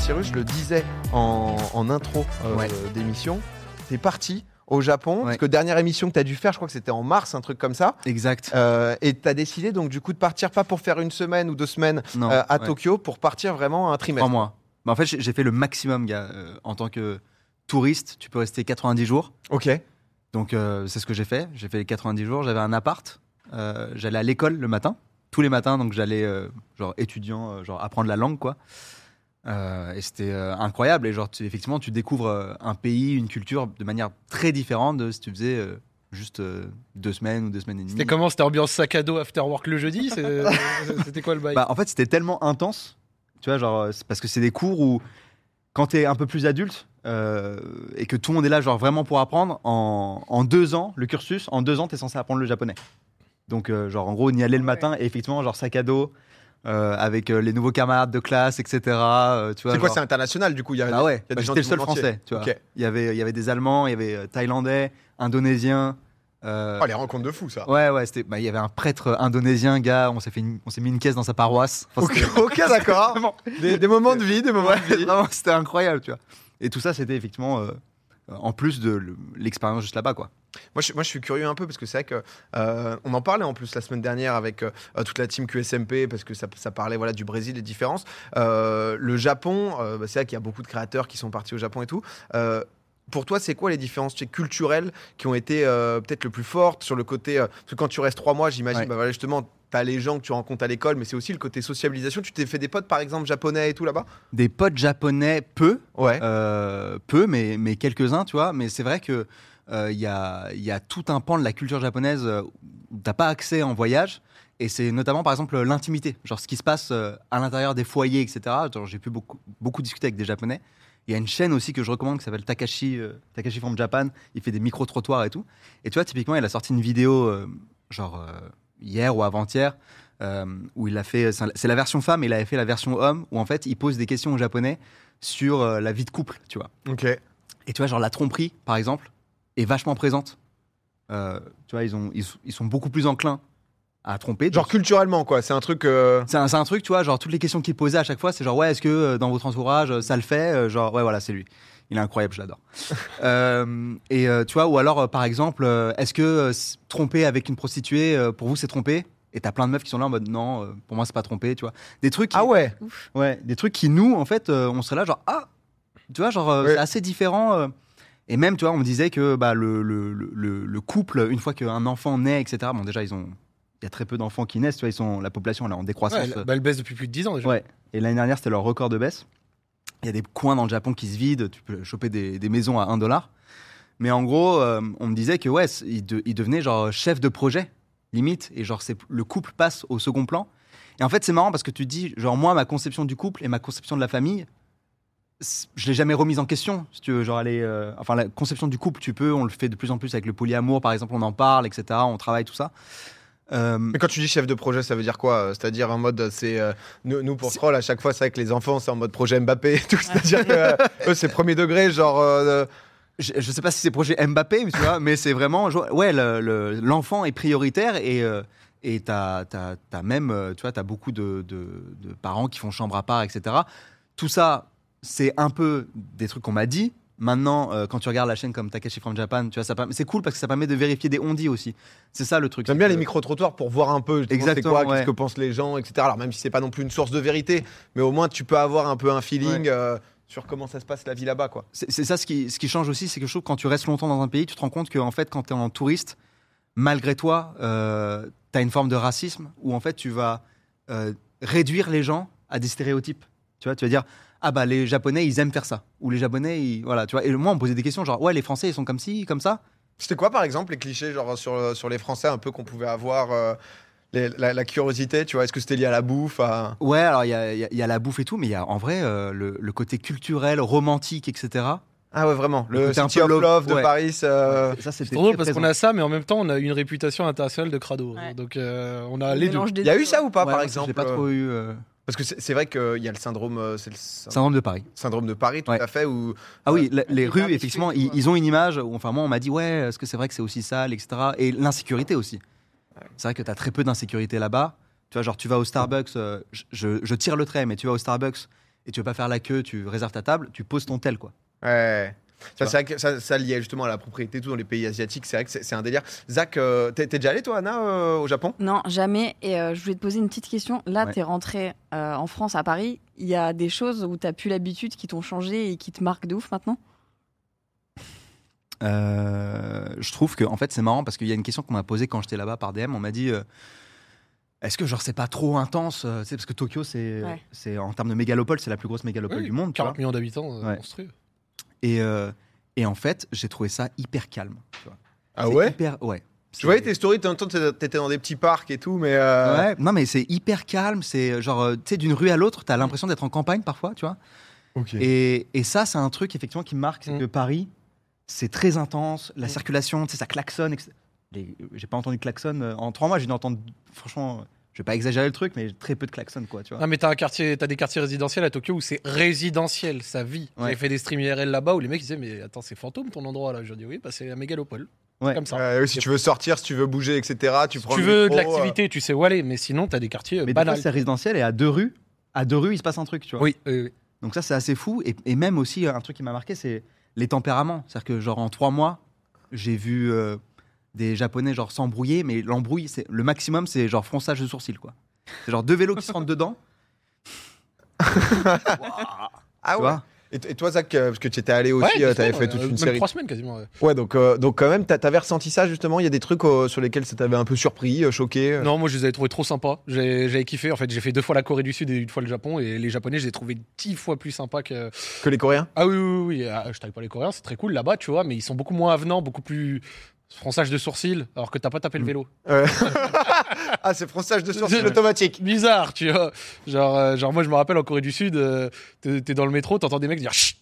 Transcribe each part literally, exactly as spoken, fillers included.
Cyrus, je le disais en, en intro euh, Ouais. d'émission, t'es parti au Japon, Ouais. parce que dernière émission que t'as dû faire, je crois que c'était en mars, un truc comme ça. Exact. Euh, et t'as décidé donc du coup de partir pas pour faire une semaine ou deux semaines Non, euh, à ouais. Tokyo, pour partir vraiment un trimestre. Trois mois. Bah, en fait, j'ai j'ai fait le maximum, gars. Euh, en tant que touriste, tu peux rester quatre-vingt-dix jours. Ok. Donc, euh, c'est ce que j'ai fait. J'ai fait les quatre-vingt-dix jours. J'avais un appart. Euh, j'allais à l'école le matin. Tous les matins, donc j'allais, euh, genre, étudiant, euh, genre, apprendre la langue, quoi. Euh, et c'était euh, incroyable. Et, genre, tu- effectivement, tu découvres euh, un pays, une culture de manière très différente de si tu faisais euh, juste euh, deux semaines ou deux semaines et demie. C'était comment? C'était ambiance sac à dos after work le jeudi? C'est- C'était quoi le bail? Bah, en fait, c'était tellement intense, tu vois, genre, c'est parce que c'est des cours où, quand t'es un peu plus adulte euh, et que tout le monde est là, genre, vraiment pour apprendre, en, en deux ans, le cursus, en deux ans, t'es censé apprendre le japonais. Donc, euh, genre, en gros, on y allait le matin et effectivement, genre, sac à dos, euh, avec euh, les nouveaux camarades de classe, et cetera. euh, tu vois, C'est quoi, genre- c'est international du coup? Il y a, Bah ouais, il y a bah, des gens j'étais le du seul monde entier. français, tu vois. Ok. Il y avait, il y avait des Allemands, il y avait euh, Thaïlandais, Indonésiens. euh, Oh, les rencontres de fous ça. Ouais, ouais, c'était. Bah, il y avait un prêtre indonésien, gars. On s'est fait, une- on s'est mis une caisse dans sa paroisse. Enfin, Ok, c'était- ok, d'accord. Vraiment. Des, des moments de vie, des moments Ouais, de vie. vraiment, c'était incroyable, tu vois. Et tout ça, c'était effectivement euh, en plus de le- l'expérience juste là-bas, quoi. Moi je, moi, je suis curieux un peu parce que c'est vrai que euh, on en parlait en plus la semaine dernière avec euh, toute la team Q S M P parce que ça, ça parlait voilà du Brésil, des différences. Euh, le Japon, euh, bah, c'est vrai qu'il y a beaucoup de créateurs qui sont partis au Japon et tout. Euh, pour toi, c'est quoi les différences tu sais, culturelles qui ont été euh, peut-être le plus fortes sur le côté euh, parce que quand tu restes trois mois, j'imagine, Ouais. bah, voilà, justement, t'as les gens que tu rencontres à l'école, mais c'est aussi le côté sociabilisation. Tu t'es fait des potes par exemple japonais et tout là-bas? Des potes japonais, peu, Ouais. euh, peu, mais, mais quelques-uns, tu vois. Mais c'est vrai que euh, il y, a, il y a tout un pan de la culture japonaise euh, où t'as pas accès en voyage. Et c'est notamment, par exemple, l'intimité. Genre ce qui se passe euh, à l'intérieur des foyers, et cetera. Genre, j'ai pu beaucoup, beaucoup discuter avec des Japonais. Il y a une chaîne aussi que je recommande qui s'appelle Takashi, euh, Takashi from Japan. Il fait des micro-trottoirs et tout. Et tu vois, typiquement, il a sorti une vidéo, euh, genre euh, hier ou avant-hier, euh, où il a fait. C'est un- c'est la version femme et il avait fait la version homme, où en fait, il pose des questions aux Japonais sur euh, la vie de couple, tu vois. Ok. Et tu vois, genre la tromperie, par exemple, est vachement présente. Euh, tu vois, ils, ont, ils, ils sont beaucoup plus enclins à tromper. Genre culturellement quoi, c'est un truc. euh, C'est un, c'est un truc, tu vois, genre toutes les questions qu'il posait à chaque fois, c'est genre, ouais, est-ce que euh, dans votre entourage, euh, ça le fait Euh, Genre, ouais, voilà, c'est lui. Il est incroyable, je l'adore. Euh, et euh, tu vois, ou alors, euh, par exemple, euh, est-ce que euh, s- tromper avec une prostituée, euh, pour vous, c'est tromper Et t'as plein de meufs qui sont là en mode, non, euh, pour moi, c'est pas tromper, tu vois. Des trucs qui, Ah ouais. ouais, des trucs qui, nous, en fait, euh, on serait là, genre, ah, tu vois, genre, euh, Ouais. c'est assez différent. euh. Et même, tu vois, on me disait que bah, le, le, le- le, le couple, une fois qu'un enfant naît, et cetera, bon, déjà, ils ont. Il y a très peu d'enfants qui naissent, tu vois, ils sont, la population elle est en décroissance. Ouais, bah, elle baisse depuis plus de dix ans déjà. Ouais. Et l'année dernière, c'était leur record de baisse. Il y a des coins dans le Japon qui se vident, tu peux choper des, des maisons à un dollar. Mais en gros, euh, on me disait que ouais, c- il, de- il devenait genre chef de projet, limite, et genre c'est, le couple passe au second plan. Et en fait, c'est marrant parce que tu te dis, genre moi, ma conception du couple et ma conception de la famille, c- je l'ai jamais remise en question. Si tu veux, genre aller, euh, enfin la conception du couple, tu peux, on le fait de plus en plus avec le polyamour, par exemple, on en parle, et cetera. On travaille tout ça. Euh, Mais quand tu dis chef de projet, ça veut dire quoi? Euh, C'est-à-dire en mode, c'est euh, nous, nous pour Troll à chaque fois, c'est vrai que les enfants, c'est en mode projet Mbappé et tout. C'est-à-dire que euh, eux, c'est premier degré, genre. euh, je, je sais pas si c'est projet Mbappé, mais tu vois, mais c'est vraiment, genre, ouais, le- le- l'enfant est prioritaire et euh, et t'as, t'as, t'as même, euh, tu vois, t'as beaucoup de, de, de parents qui font chambre à part, et cetera. Tout ça, c'est un peu des trucs qu'on m'a dit. Maintenant, euh, quand tu regardes la chaîne comme Takashi from Japan, tu vois, ça permet- c'est cool parce que ça permet de vérifier des on-dit aussi. C'est ça le truc. J'aime c'est bien que- les micro-trottoirs pour voir un peu justement, c'est Exactement, quoi, ouais. qu'est-ce que pensent les gens, et cetera. Alors même si c'est pas non plus une source de vérité, mais au moins tu peux avoir un peu un feeling Ouais. euh, sur comment ça se passe la vie là-bas, quoi. C'est c'est ça ce qui, ce qui change aussi, c'est que je trouve que quand tu restes longtemps dans un pays, tu te rends compte que en fait, quand tu es en touriste, malgré toi, tu as une forme de racisme où en fait, tu vas euh, réduire les gens à des stéréotypes. Tu vois, tu vas dire, ah bah les Japonais, ils aiment faire ça. Ou les Japonais, ils... voilà, tu vois. Et moi, on me posait des questions genre, ouais, les Français, ils sont comme ci, comme ça. C'était quoi par exemple les clichés genre sur, sur les Français un peu qu'on pouvait avoir euh, les- la, la curiosité, tu vois, est-ce que c'était lié à la bouffe à... Ouais, alors il y a, il y a- il y a la bouffe et tout, mais il y a en vrai euh, le, le côté culturel, romantique, et cetera. Ah ouais, vraiment, le côté un City peu of love, Love de ouais. Paris. euh, Ça, c'était C'est drôle très parce qu'on présent. a ça, mais en même temps, on a une réputation internationale de crado. Ouais. Donc, euh, on a Le les deux. mélange des Il y a deux, eu ça ouais. ou pas Ouais, par moi, exemple J'ai pas euh, trop eu. euh, Parce que c'est c'est vrai qu'il y a le syndrome, euh, c'est le sy- Syndrome de Paris. syndrome de Paris, tout Ouais. à fait, où Ah oui, la- des les rues, barbecues effectivement, et tout, ils, ouais. ils ont une image où, enfin, moi, on m'a dit, ouais, est-ce que c'est vrai que c'est aussi sale, et cetera. Et l'insécurité aussi. C'est vrai que tu as très peu d'insécurité là-bas. Tu vois, genre, tu vas au Starbucks, euh, je, je- je tire le trait, mais tu vas au Starbucks et tu veux pas faire la queue, tu réserves ta table, tu poses ton tel, quoi. Ouais. Ça, vois. c'est vrai que ça, ça lié justement à la propriété et tout dans les pays asiatiques. C'est vrai que c'est, c'est un délire. Zach, euh, t'es, t'es déjà allé toi, Anna, euh, au Japon? Non, jamais. Et euh, je voulais te poser une petite question. Là, Ouais. t'es rentré euh, en France, à Paris. Il y a des choses où t'as plus l'habitude qui t'ont changé et qui te marquent de ouf maintenant? Euh, je trouve que en fait c'est marrant parce qu'il y a une question qu'on m'a posée quand j'étais là-bas par D M. On m'a dit euh, est-ce que genre c'est pas trop intense, euh, tu sais, parce que Tokyo c'est Ouais. c'est en termes de mégalopole c'est la plus grosse mégalopole Oui, du monde, tu vois. quarante millions d'habitants, euh, Ouais. monstrueux. Et euh, et en fait j'ai trouvé ça hyper calme. Tu vois. Ah C'est ouais? hyper, ouais. Je voyais tes stories, t'entends, t'étais dans des petits parcs et tout, mais. euh, Ouais, non mais c'est hyper calme, c'est genre euh, tu sais d'une rue à l'autre, t'as l'impression d'être en campagne parfois, tu vois. Ok. Et, et ça c'est un truc effectivement qui me marque, c'est Mm. que Paris c'est très intense, la Mm. circulation, tu sais ça klaxonne. et cetera. Les- J'ai pas entendu de klaxon euh, en trois mois, j'ai dû entendre franchement, je vais pas exagérer le truc, mais très peu de klaxon quoi, tu vois. Non, mais t'as un quartier, t'as des quartiers résidentiels à Tokyo où c'est résidentiel, ça vit. Ouais. J'ai fait des streams I R L là-bas où les mecs disaient mais attends c'est fantôme ton endroit là. Je dis oui bah c'est la mégalopole. Ouais. Comme ça. Ouais, oui, si tu veux sortir, si tu veux bouger, et cetera, tu Si prends tu le veux de métro, l'activité, tu sais où aller, mais sinon t'as des quartiers euh, Mais des fois banals. c'est résidentiel et à deux rues, à deux rues il se passe un truc, tu vois. Oui, oui, oui. Donc ça c'est assez fou et, et même aussi un truc qui m'a marqué c'est les tempéraments, c'est-à-dire que genre en trois mois j'ai vu euh, des Japonais genre s'embrouiller, mais l'embrouille c'est le maximum c'est genre fronçage de sourcils quoi. C'est genre deux vélos qui se rentrent dedans. euh. Ah Tu ouais. vois. Et, t- et toi, Zach, euh, parce que tu étais allé aussi, Ouais, euh, deux t'avais semaines, fait toute ouais, une même série. trois semaines quasiment. ouais. Ouais, donc, euh, donc quand même, t'a- t'avais ressenti ça justement. Il y a des trucs euh, sur lesquels ça t'avait un peu surpris, euh, choqué. euh. Non, moi je les avais trouvés trop sympas. J'ai- J'avais kiffé. En fait, j'ai fait deux fois la Corée du Sud et une fois le Japon. Et les Japonais, je les ai trouvés dix fois plus sympas que. Que les Coréens. Ah oui, oui, oui. oui. Ah, je taille pas les Coréens, c'est très cool là-bas, tu vois. Mais ils sont beaucoup moins avenants, beaucoup plus fronçage de sourcils, alors que t'as pas tapé le vélo. Ouais. Ah, c'est fronçage de sourcils automatique. Bizarre, tu vois. Genre, euh, genre moi je me rappelle en Corée du Sud, euh, t'es t'es dans le métro, t'entends des mecs dire chut.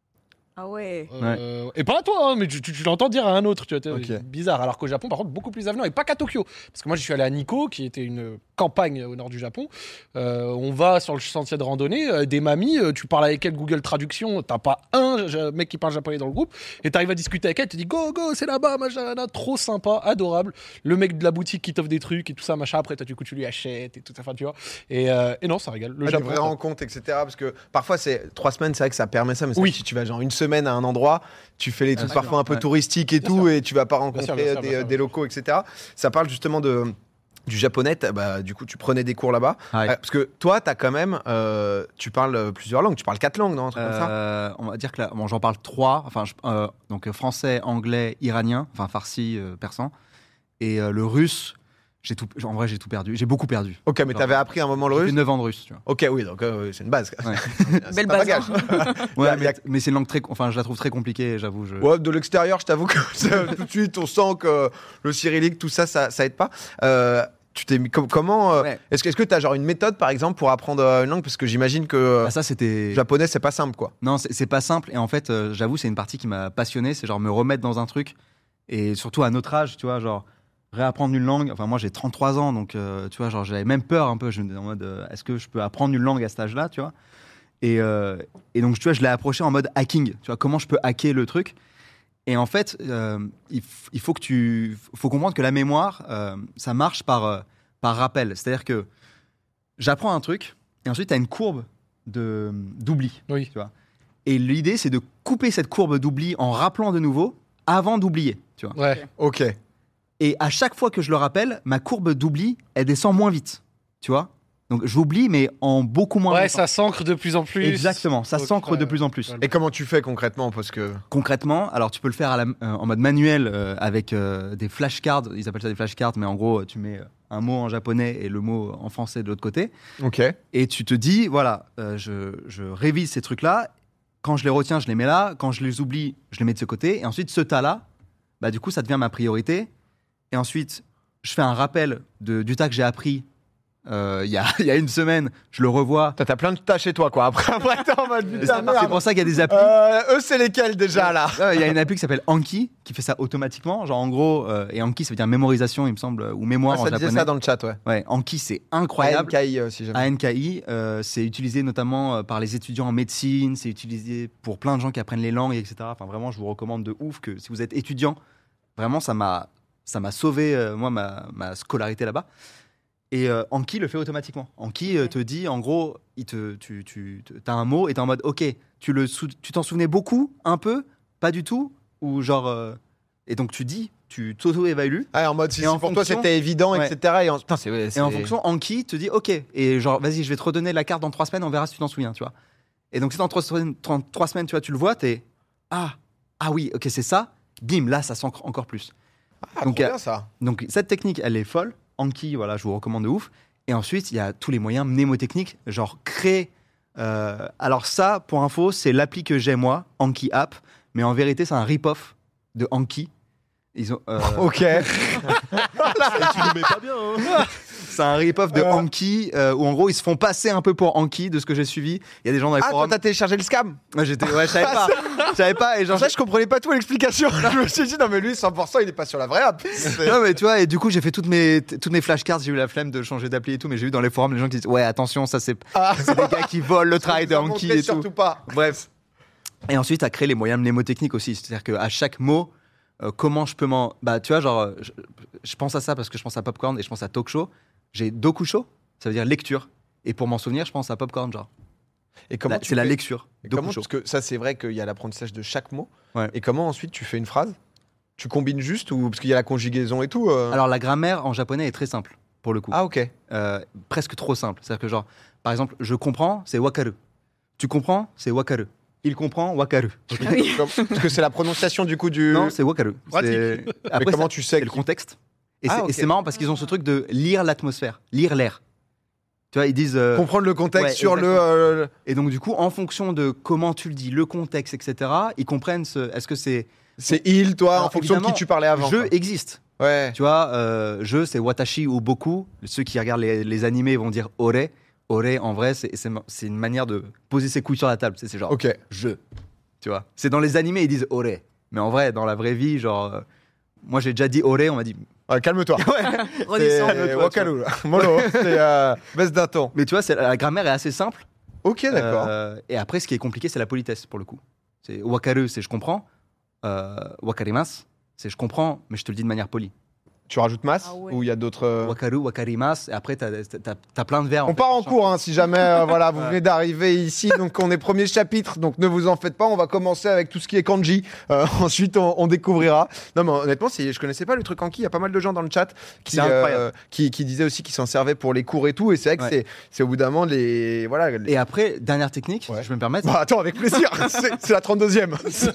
Ah ouais. Euh, Et pas à toi, hein, mais tu, tu- tu l'entends dire à un autre, tu vois. t'es- Ok. Bizarre. Alors qu'au Japon, par contre, beaucoup plus avenant et pas qu'à Tokyo. Parce que moi, je suis allé à Nikko, qui était une campagne au nord du Japon. Euh, on va sur le sentier de randonnée, euh, des mamies, euh, tu parles avec elles Google Traduction, t'as pas un ja- mec qui parle japonais dans le groupe, et t'arrives à discuter avec elle, tu dis go go, c'est là-bas, machin, nana, trop sympa, adorable. Le mec de la boutique qui t'offre des trucs et tout ça, machin. Après, toi, du coup, tu lui achètes et tout ça, enfin, tu vois. Et, euh, et non, ça régale. Le Ah, des Japon. vraies ça- rencontres, et cetera. Parce que parfois, c'est trois semaines, c'est vrai que ça permet ça. Mais c'est Oui. vrai que si tu vas genre une semaine à un endroit, tu fais les trucs sûr. parfois un peu Ouais. touristiques et Bien tout, sûr. et tu vas pas Bien rencontrer sûr, bien sûr, des, bien sûr, des bien locaux, et cetera. Ça parle justement de du japonais. t'as- Bah, du coup, tu prenais des cours là-bas. Ouais. Euh, parce que toi, t'as quand même, euh, tu parles euh, plusieurs langues. Tu parles quatre langues, non, un truc comme ça. Euh, on va dire que là, bon, j'en parle trois, enfin, je- euh, donc euh, français, anglais, iranien, enfin farsi, euh, persan, et euh, le russe. J'ai tout, en vrai, j'ai tout perdu. J'ai beaucoup perdu. Ok, mais genre, t'avais appris un moment le J'ai fait russe. neuf ans de russe, tu vois. Ok, oui, donc euh, c'est une base. Ouais. C'est Belle pas base, bagage. Ouais, Y a- mais, y a- mais c'est une langue très, enfin, je la trouve très compliquée, j'avoue. Je... Ouais, de l'extérieur, je t'avoue que ça, tout de suite, on sent que le cyrillique, tout ça, ça, ça aide pas. Euh, tu t'es mis com- comment euh, Ouais. Est-ce que est-ce que t'as genre une méthode, par exemple, pour apprendre euh, une langue, parce que j'imagine que euh, Ah, ça, c'était. le japonais, c'est pas simple, quoi. Non, c'est c'est pas simple. Et en fait, euh, j'avoue, c'est une partie qui m'a passionné. C'est genre me remettre dans un truc. Et surtout à notre âge, tu vois, genre réapprendre une langue. Enfin, moi, j'ai trente-trois ans, donc euh, tu vois, genre j'avais même peur un peu. Je me disais en mode, euh, est-ce que je peux apprendre une langue à cet âge-là, tu vois et, euh, et donc, tu vois, je l'ai approché en mode hacking. Tu vois, comment je peux hacker le truc. Et en fait, euh, il, f- il faut que tu, faut comprendre que la mémoire, euh, ça marche par, euh, par rappel. C'est-à-dire que j'apprends un truc et ensuite, tu as une courbe de d'oubli. Oui. Tu vois. Et l'idée, c'est de couper cette courbe d'oubli en rappelant de nouveau avant d'oublier. Tu vois. Ouais. Ok. Et à chaque fois que je le rappelle, ma courbe d'oubli, elle descend moins vite. Tu vois. Donc j'oublie, mais en beaucoup moins Ouais, longtemps. ça s'ancre de plus en plus. Exactement, ça Ok, s'ancre de ouais. plus en plus. Ouais. Et comment tu fais concrètement, parce que Concrètement, alors tu peux le faire à la- euh, en mode manuel euh, avec euh, des flashcards, ils appellent ça des flashcards, mais en gros, tu mets euh, un mot en japonais et le mot en français de l'autre côté. ok. Et tu te dis, voilà, euh, je, je révise ces trucs-là. Quand je les retiens, je les mets là. Quand je les oublie, je les mets de ce côté. Et ensuite, ce tas-là, bah, du coup, ça devient ma priorité. Et ensuite, je fais un rappel de, du tas que j'ai appris euh, il y, a, il y a une semaine. Je le revois. T'as t'as plein de tâches chez toi, quoi. Après, après t'es en mode Et putain, C'est merde. pour ça qu'il y a des applis. Euh, eux, c'est lesquels déjà là Euh, Il y a une appli qui s'appelle Anki qui fait ça automatiquement. Genre, en gros, euh, et Anki, ça veut dire mémorisation, il me semble, ou mémoire Ah, en ça disait japonais. ça dans le chat, ouais. Ouais, Anki, c'est incroyable. A N K I, euh, si jamais. A N K I, euh, c'est utilisé notamment euh, par les étudiants en médecine, c'est utilisé pour plein de gens qui apprennent les langues, et cetera. Enfin, vraiment, je vous recommande de ouf que si vous êtes étudiant, vraiment, ça m'a, ça m'a sauvé, euh, moi, ma, ma scolarité là-bas. Et euh, Anki le fait automatiquement. Anki euh, te dit, en gros, il te, tu, tu as un mot et t'es en mode, ok, tu, le sou- tu t'en souvenais beaucoup, un peu, pas du tout, ou genre. euh, Et donc tu dis, tu t'auto-évalues. Ah, en mode, si, Et si en pour toi fonction- c'était évident, Ouais. et cetera. Et en... Putain, c'est, ouais, Et c'est- en fonction, Anki te dit, ok, et genre, vas-y, je vais te redonner la carte dans trois semaines, on verra si tu t'en souviens, tu vois. Et donc, si dans trois semaines, trois- trois semaines, tu vois, tu le vois, t'es, ah, ah oui, ok, c'est ça, bim, là, ça s'ancre encore plus. Ah, donc, trop euh, bien ça. Donc, cette technique, elle est folle. Anki, voilà, je vous recommande de ouf. Et ensuite, il y a tous les moyens mnémotechniques, genre créer. euh, alors, ça, pour info, c'est l'appli que j'ai moi, Anki App, mais en vérité, c'est un rip-off de Anki. Ils ont. euh, Ok. Tu le mets pas bien, hein. C'est un rip-off de Euh. Anki euh, où en gros ils se font passer un peu pour Anki de ce que j'ai suivi. Il y a des gens dans les Ah, toi, forums. t'as téléchargé le scam. Moi, j'étais, ouais, je savais pas. Je savais pas et genre. En fait, je comprenais pas tout à l'explication. Je me suis dit, non, mais lui, cent pour cent, il est pas sur la vraie app. C'est- Non mais tu vois et du coup j'ai fait toutes mes t- toutes mes flashcards, j'ai eu la flemme de changer d'appli et tout mais j'ai vu dans les forums les gens qui disent ouais attention ça c'est Ah, c'est des gars qui volent le travail de vous en Anki montrez et tout. surtout pas. Bref. Et ensuite à créer les moyens mnémotechniques aussi, c'est-à-dire qu'à chaque mot euh, comment je peux m'en bah tu vois genre euh, je, je pense à ça parce que je pense à Popcorn et je pense à Talk Show. J'ai Dokusho, ça veut dire lecture et pour m'en souvenir je pense à Popcorn genre. Et comment La- tu c'est la fais- lecture. Et comment, Dokusho. parce que ça, c'est vrai qu'il y a l'apprentissage de chaque mot. Ouais. Et comment ensuite tu fais une phrase? Tu combines juste ou parce qu'il y a la conjugaison et tout euh Alors la grammaire en japonais est très simple pour le coup. Ah, ok. Euh, presque trop simple. C'est-à-dire que genre, par exemple, je comprends, c'est wakaru. Tu comprends, c'est wakaru. Il comprend, wakaru. Oui. Comme- Parce que c'est la prononciation du coup du. Non, c'est wakaru. Pratique. C'est- Mais Après, comment ça- tu sais c'est le que- contexte. Et Ah, c'est- ok. et c'est marrant parce qu'ils ont ce truc de lire l'atmosphère, lire l'air. Tu vois, ils disent. euh, comprendre le contexte ouais, sur le. exactement. euh, Et donc, du coup, en fonction de comment tu le dis, le contexte, et cetera, ils comprennent ce. Est-ce que c'est. C'est il, toi, Alors, en fonction de qui évidemment, tu parlais avant. Je quoi. existe. Ouais. Tu vois, euh, je, c'est watashi ou boku. Ceux qui regardent les, les animés vont dire ore. Ore, en vrai, c'est, c'est, c'est une manière de poser ses couilles sur la table. C'est, c'est genre Ok. je. Tu vois. C'est dans les animés, ils disent ore. Mais en vrai, dans la vraie vie, genre. euh, moi, j'ai déjà dit ore, on m'a dit. Ouais, calme-toi. Ouais. Redescends. C'est Wakaru, là. Molo. C'est euh, baisse d'un ton. Mais tu vois, c'est, la grammaire est assez simple. Ok, d'accord. Euh, et après, ce qui est compliqué, c'est la politesse, pour le coup. C'est wakaru, c'est je comprends. Euh, wakarimasu, c'est je comprends, mais je te le dis de manière polie. Tu rajoutes masse Ah ouais. ou il y a d'autres. euh, Wakaru, wakarimasu, et après, t'as, t'as, t'as plein de verbes. On part en cours hein, si jamais euh, voilà, vous venez d'arriver ici. Donc on est premier chapitre, donc ne vous en faites pas. On va commencer avec tout ce qui est kanji. Euh, ensuite on, on découvrira. Non mais honnêtement, c'est- je connaissais pas le truc kanji. Il y a pas mal de gens dans le chat qui, C'est incroyable. euh, qui, qui disaient aussi qu'ils s'en servaient pour les cours et tout. Et c'est vrai que Ouais. c'est, c'est au bout d'un moment les voilà. les- Et après, dernière technique, Ouais. si je peux me permettre. Bah attends, avec plaisir. c'est, c'est la trente-deuxième.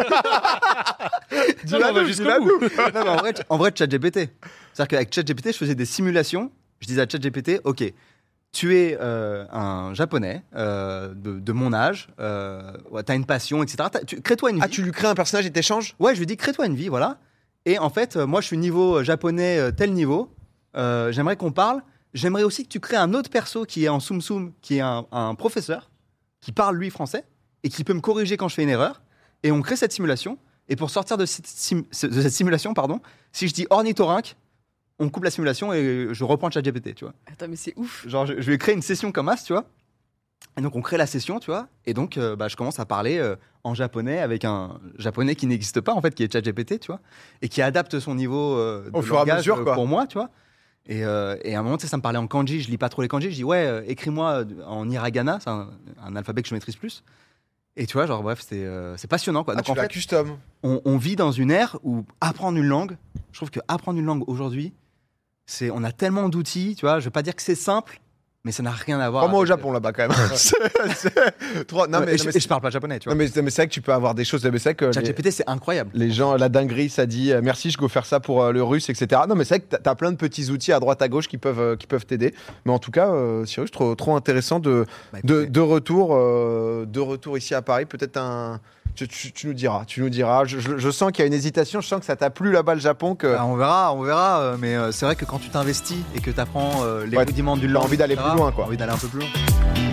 Non, mais on va jusqu'au bout. Non, mais en vrai, en vrai, ChatGPT. C'est-à-dire qu'avec ChatGPT, je faisais des simulations. Je disais à ChatGPT, OK, tu es euh, un japonais euh, de, de mon âge, euh, ouais, tu as une passion, et cetera. T'as- tu- crée-toi une vie. Ah, tu lui crées un personnage et t'échanges? Ouais, je lui dis, crée-toi une vie, voilà. Et en fait, euh, moi, je suis niveau japonais, euh, tel niveau. Euh, j'aimerais qu'on parle. J'aimerais aussi que tu crées un autre perso qui est en Tsum Tsum, qui est un, un professeur, qui parle lui français, et qui peut me corriger quand je fais une erreur. Et on crée cette simulation. Et pour sortir de cette, sim- de cette simulation, pardon, si je dis ornithorynque, on coupe la simulation et je reprends ChatGPT, tu vois. Attends, mais c'est ouf. Genre, je, je vais créer une session comme as, tu vois. Et donc, on crée la session, tu vois. Et donc, euh, bah, je commence à parler euh, en japonais avec un japonais qui n'existe pas, en fait, qui est ChatGPT, tu vois. Et qui adapte son niveau euh, de Au fur et à langage, mesure, euh, quoi. pour moi, tu vois. Et, euh, et à un moment, tu sais, ça me parlait en kanji. Je lis pas trop les kanji. Je dis, ouais, euh, écris-moi euh, en hiragana. C'est un, un alphabet que je maîtrise plus. Et tu vois, genre, bref, c'est euh, c'est passionnant, quoi. Ah, Donc, tu en l'as fait, custom. on, on vit dans une ère où apprendre une langue, je trouve que apprendre une langue aujourd'hui, c'est, on a tellement d'outils, tu vois. Je veux pas dire que c'est simple, mais ça n'a rien à voir. Trois mois au avec, Japon là-bas quand même. C'est- c'est- Trois- euh, Non ouais, mais, et, non, je, mais et je parle pas japonais, tu Non, vois. mais, mais c'est vrai que tu peux avoir des choses. Mais c'est vrai que les, ChatGPT, c'est incroyable. les gens, la dinguerie, ça dit euh, merci, je go faire ça pour euh, le russe, et cetera. Non, mais c'est vrai que t'as as plein de petits outils à droite à gauche qui peuvent, euh, qui peuvent t'aider. Mais en tout cas, euh, Cyrus, trop, trop intéressant de, Bah, de, écoutez, de retour, euh, de retour ici à Paris. Peut-être un. Tu, tu- tu nous diras, tu nous diras. Je, je- je sens qu'il y a une hésitation. Je sens que ça t'a plu là-bas le Japon. Que bah, on verra, on verra. euh, mais euh, c'est vrai que quand tu t'investis et que tu apprends les Ouais, rudiments d'une t'as langue, envie d'aller et cetera, plus loin, quoi. t'as envie d'aller un peu plus loin.